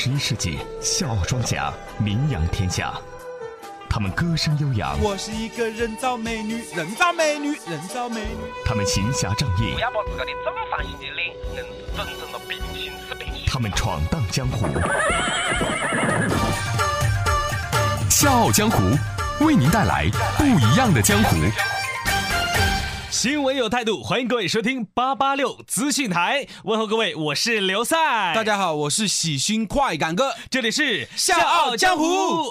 21世纪，笑傲庄稼名扬天下。他们歌声悠扬， 我是一个人造美女，人造美女，人造美女。 他们行侠仗义， 不要把自个的正方形的脸硬是整成了平行四边形。 他们闯荡江湖。 笑傲江湖，为您带来不一样的江湖。 新闻有态度，欢迎各位收听886资讯台。问候各位，我是刘赛。 大家好，我是喜讯快感哥， 这里是笑傲江湖。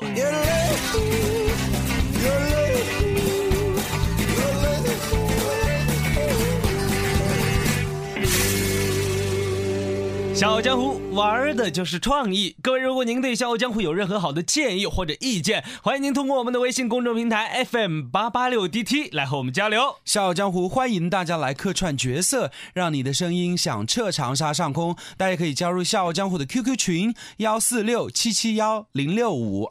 笑傲江湖玩的就是创意。各位，如果您对笑傲江湖有任何好的建议或者意见，欢迎您通过我们的微信公众平台 FM886DT 来和我们交流。 笑傲江湖欢迎大家来客串角色，让你的声音响彻长沙上空。大家可以加入笑傲江湖的 QQ 群146771065。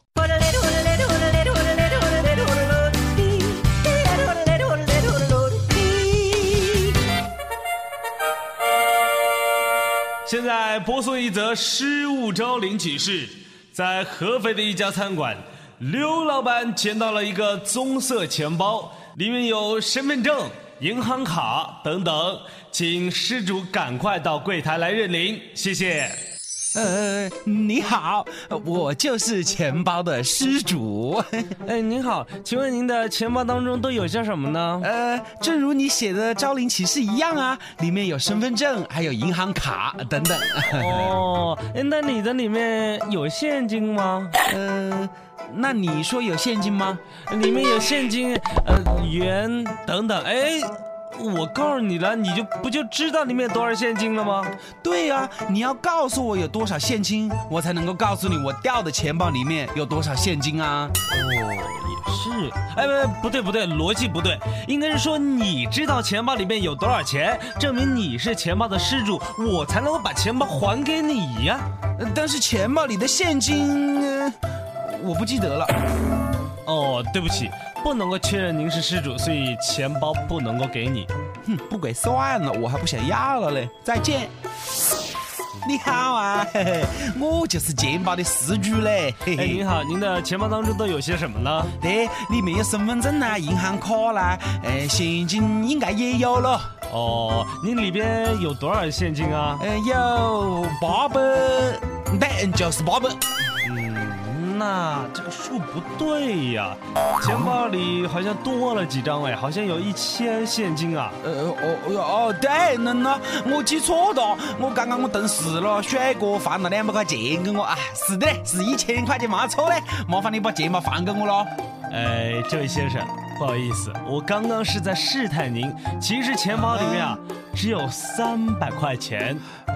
现在播送一则失物招领启事。在合肥的一家餐馆，刘老板捡到了一个棕色钱包，里面有身份证、银行卡等等，请失主赶快到柜台来认领，谢谢。 你好，我就是钱包的失主。 您好，请问您的钱包当中都有些什么呢？ 正如你写的招领启事一样啊，里面有身份证，还有银行卡等等。 哦，那你的里面有现金吗？ 那你说有现金吗？ 里面有现金，元等等。我告诉你了，你不就知道里面有多少现金了吗？ 对呀，你要告诉我有多少现金，我才能够告诉你我掉的钱包里面有多少现金啊。 也是。不对，逻辑不对，应该是说你知道钱包里面有多少钱，证明你是钱包的失主，我才能够把钱包还给你呀。 但是钱包里的现金，我不记得了。 哦，对不起，不能够确认您是失主，所以钱包不能够给你。 不给算了，我还不想要了嘞。再见。你好啊，我就是钱包的失主嘞。 您好，您的钱包当中都有些什么呢？ 对，里面有身份证啦、银行卡啦，现金应该也有了。 哦，您里边有多少现金啊？ 有800，对，就是800。 那这个数不对呀，钱包里好像多了几张好像有1000现金啊。 对，那我记错了，我刚刚登视了，帅哥放了200块钱给我啊，是的嘞，是1000块钱没错嘞，麻烦你把钱包还给我了。 这位先生，不好意思，我刚刚是在试探您，其实钱包里面只有300块钱。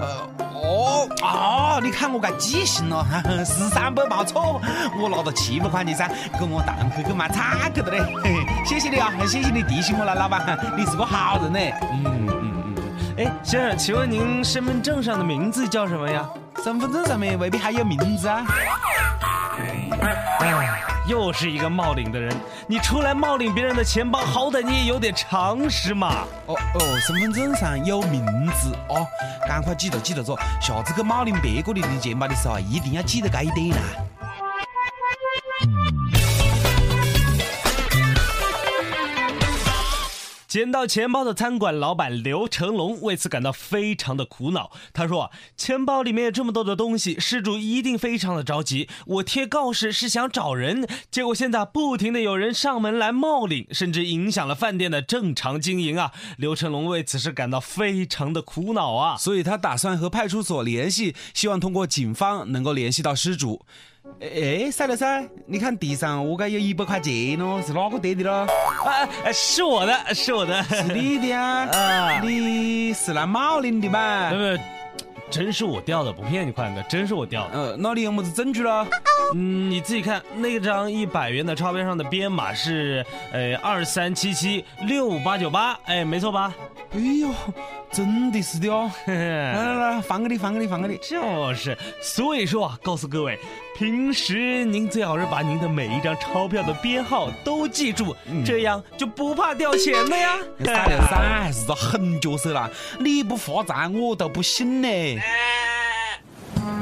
你看我该记性了，是300没错，我拿到700块钱噻，给我当去买菜去了嘞。谢谢你啊，谢谢你提醒我了，老板，你是个好人呢。 先生，请问您身份证上的名字叫什么呀？ 身份证上面未必还有名字啊。 又是一个冒领的人，你出来冒领别人的钱包，好歹你也有点常识嘛。 身份证上有名字哦，赶快记得做，下次去冒领别个的钱包的时候，一定要记得这一点啦。 捡到钱包的餐馆老板刘成龙为此感到非常的苦恼。他说，钱包里面有这么多的东西，失主一定非常的着急。我贴告示是想找人，结果现在不停的有人上门来冒领，甚至影响了饭店的正常经营啊。刘成龙为此是感到非常的苦恼啊， 所以他打算和派出所联系，希望通过警方能够联系到失主。赛了噻，你看地上我该有100块钱咯，是哪个跌的咯？ 是我的，是你的啊？你是来冒领的吧？ 真是我掉的，不骗你快哥，真是我掉的。 那你有么子证据了？ 你自己看，那张100元的钞票上的编码是23776588，没错吧？ 哎呦，真的是的哦！来，放给你。 就是，所以说啊，告诉各位，平时您最好是把您的每一张钞票的编号都记住，这样就不怕掉钱了呀。 噻，还是个狠角色啦！你不发财我都不信呢。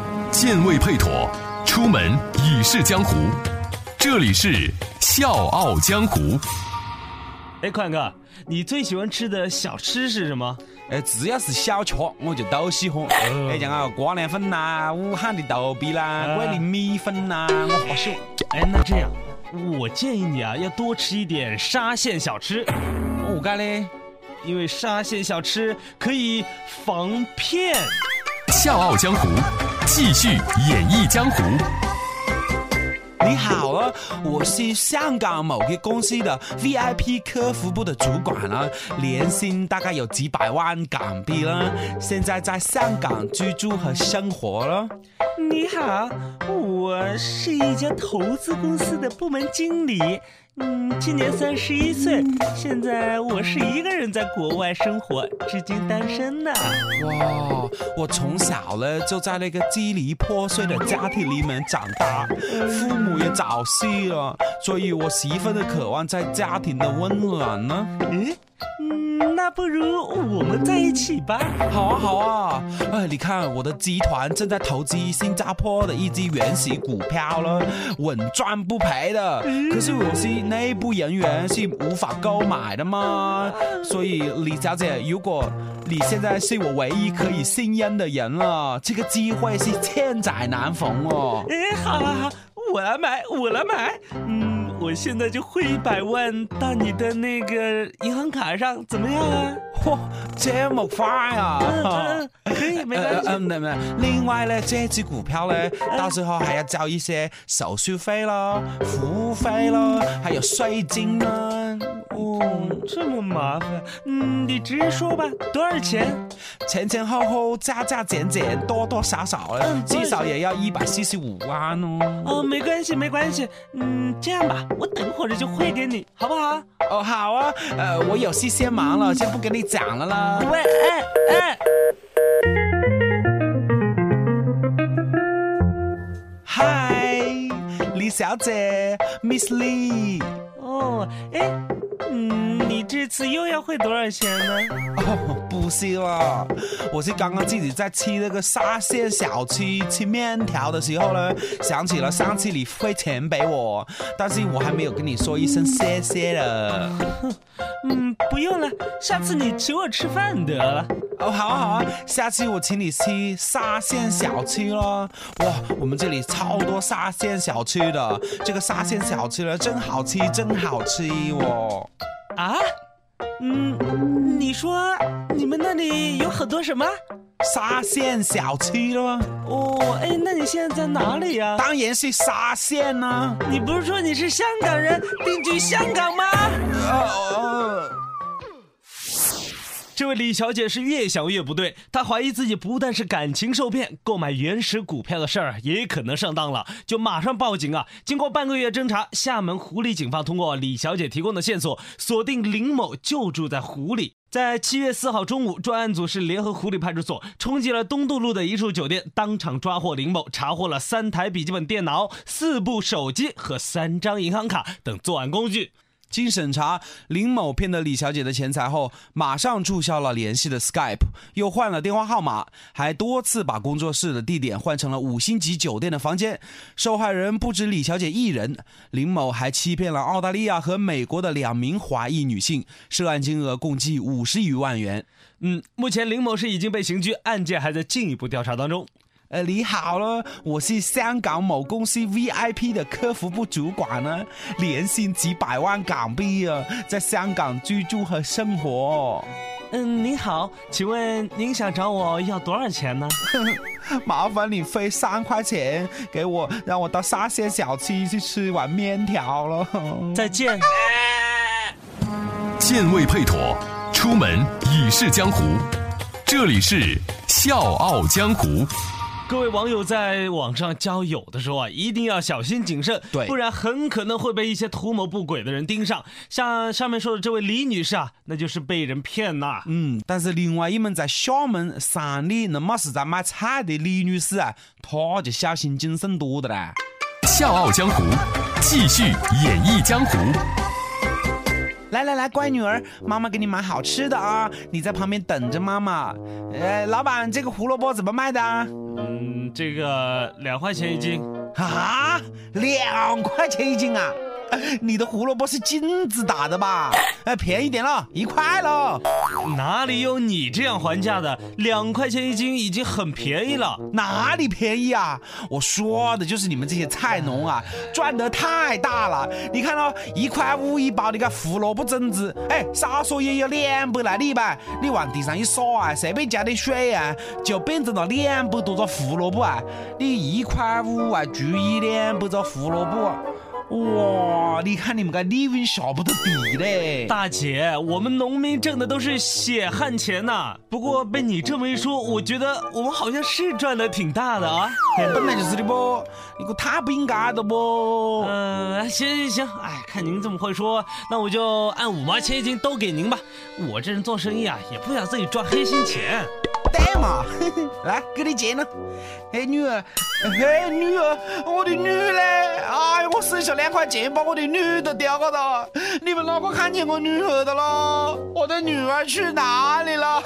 剑未配妥，出门已是江湖。这里是笑傲江湖。 哎，宽哥，你最喜欢吃的小吃是什么？ 只要是小吃我就都喜欢。像啊瓜凉粉呐、武汉的豆皮啦、桂林米粉呐，我好喜欢。 哎，那这样，我建议你啊，要多吃一点沙县小吃。 我解嘞？ 因为沙县小吃可以防骗。 笑傲江湖，继续演绎江湖。 你好啊，我是香港某个公司的 VIP 客服部的主管了，年薪大概有几百万港币了，现在在香港居住和生活了。 你好，我是一家投资公司的部门经理。今年31岁，现在我是一个人在国外生活，至今单身呢。 哇，我从小呢就在那个支离破碎的家庭里面长大，父母也早逝了，所以我十分的渴望在家庭的温暖呢。 那不如我们在一起吧。 好啊好啊，你看我的集团正在投资新加坡的一只原始股票了，稳赚不赔的。可是我是内部人员，是无法购买的嘛。所以李小姐，如果你现在是我唯一可以信任的人了，这个机会是千载难逢哦。 好好好，我来买。我现在就汇100万到你的那个银行卡上，怎么样啊？ 哇，这么快啊！ 可以，没关系。 另外呢，这支股票呢，到时候还要交一些手续费啦、服务费啦，还有税金呢。 这么麻烦。你直接说吧，多少钱？ 前前后后加加减减，多多少少了，至少也要145万哦。 没关系。这样吧，我等会儿就汇给你，好不好？ 好啊。我有事先忙了，先不跟你讲了啦。 喂， 嗨，李小姐 ，Miss Lee。 你这次又要汇多少钱呢？ 不是啦，我是刚刚自己在吃那个沙县小吃吃面条的时候呢，想起了上次你汇钱给我，但是我还没有跟你说一声谢谢了。 不用了，下次你请我吃饭得了。 好啊，下次我请你吃沙县小吃咯。哇，我们这里超多沙县小吃的，这个沙县小吃呢，真好吃哦。 啊？你说你们那里有很多什么沙县小吃咯？ 那你现在在哪里呀？ 当然是沙县啊。 你不是说你是香港人，定居香港吗？这位李小姐是越想越不对，她怀疑自己不但是感情受骗，购买原始股票的事儿也可能上当了，就马上报警啊！经过半个月侦查，厦门湖里警方通过李小姐提供的线索，锁定林某就住在湖里。在7月4号中午，专案组是联合湖里派出所冲击了东渡路的一处酒店，当场抓获林某，查获了3台笔记本电脑、4部手机和3张银行卡等作案工具。 经审查，林某骗了李小姐的钱财后，马上注销了联系的 Skype， 又换了电话号码，还多次把工作室的地点换成了5星级酒店的房间。受害人不止李小姐一人，林某还欺骗了澳大利亚和美国的2名华裔女性，涉案金额共计50余万元。 目前林某是已经被刑拘，案件还在进一步调查当中。 你好了，我是香港某公司 VIP 的客服部主管呢，年薪几百万港币啊，在香港居住和生活。 你好，请问您想找我要多少钱呢？ 麻烦你飞3块钱给我，让我到沙县小吃去吃碗面条了。 再见。 剑未配妥，出门已是江湖。这里是笑傲江湖。 各位网友在网上交友的时候啊，一定要小心谨慎， 对， 不然很可能会被一些图谋不轨的人盯上。像上面说的这位李女士啊，那就是被人骗呐。 但是另外一名在厦门山里那么是在卖菜的李女士啊，她就小心谨慎多的啦。 笑傲江湖，继续演绎江湖。 来，乖女儿，妈妈给你买好吃的啊，你在旁边等着妈妈。老板，这个胡萝卜怎么卖的啊？ 这个2块钱一斤。 啊，2块钱一斤啊？你的胡萝卜是金子打的吧？便宜点了，1块了。 哪里有你这样还价的？2块钱一斤已经很便宜了。 哪里便宜啊？我说的就是你们这些菜农啊，赚得太大了。你看到1块5一包那个胡萝卜整子，少说也有200来里吧？你往地上一撒啊，随便加点水啊，就变成了200多个胡萝卜啊！你1块5啊，除以200个胡萝卜。哇，你看你们个利润下不得地嘞！ 大姐，我们农民挣的都是血汗钱呐。不过被你这么一说，我觉得我们好像是赚的挺大的啊。 本来就是的不，你个太不应该的不。 行，看您这么会说，那我就按5毛钱一斤都给您吧。我这人做生意啊，也不想自己赚黑心钱。 对嘛，来给你钱了。女儿，我的女嘞！我省下2块钱把我的女都掉个了。你们哪个看见我女儿的了？我的女儿去哪里了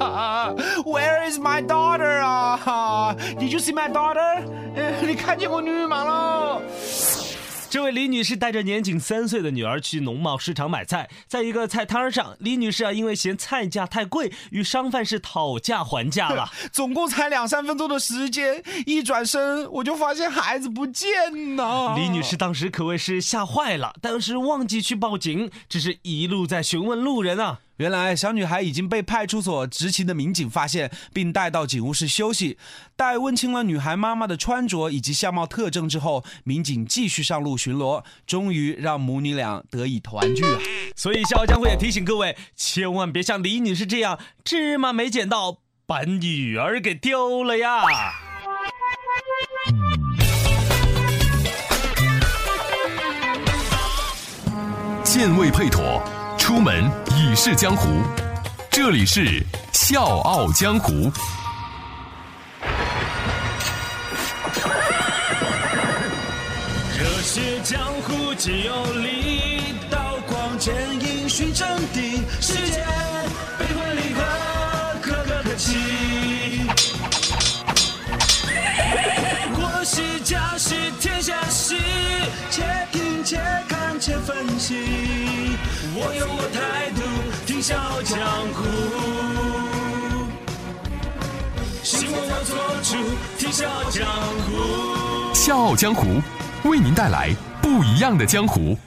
？Where is my daughter 啊 ？Did you see my daughter？你看见我女儿吗了？ 这位李女士带着年仅3岁的女儿去农贸市场买菜，在一个菜摊上，李女士因为嫌菜价太贵，与商贩是讨价还价了。 总共才2-3分钟的时间，一转身我就发现孩子不见了。 李女士当时可谓是吓坏了，但是忘记去报警，只是一路在询问路人啊。 原来小女孩已经被派出所执勤的民警发现，并带到警务室休息。待问清了女孩妈妈的穿着以及相貌特征之后，民警继续上路巡逻，终于让母女俩得以团聚啊！ 所以笑傲江湖也提醒各位，千万别像李女士这样，芝麻没捡到，把女儿给丢了呀！ 剑未配妥，出门已是江湖。这里是笑傲江湖。 热血江湖既有力，刀光剑影寻真谛。世间悲欢离合，可歌可泣。国事家事天下事，且听且看且分析。我有我态度，听笑傲江湖。信我我做主，听笑傲江湖。 笑傲江湖为您带来不一样的江湖。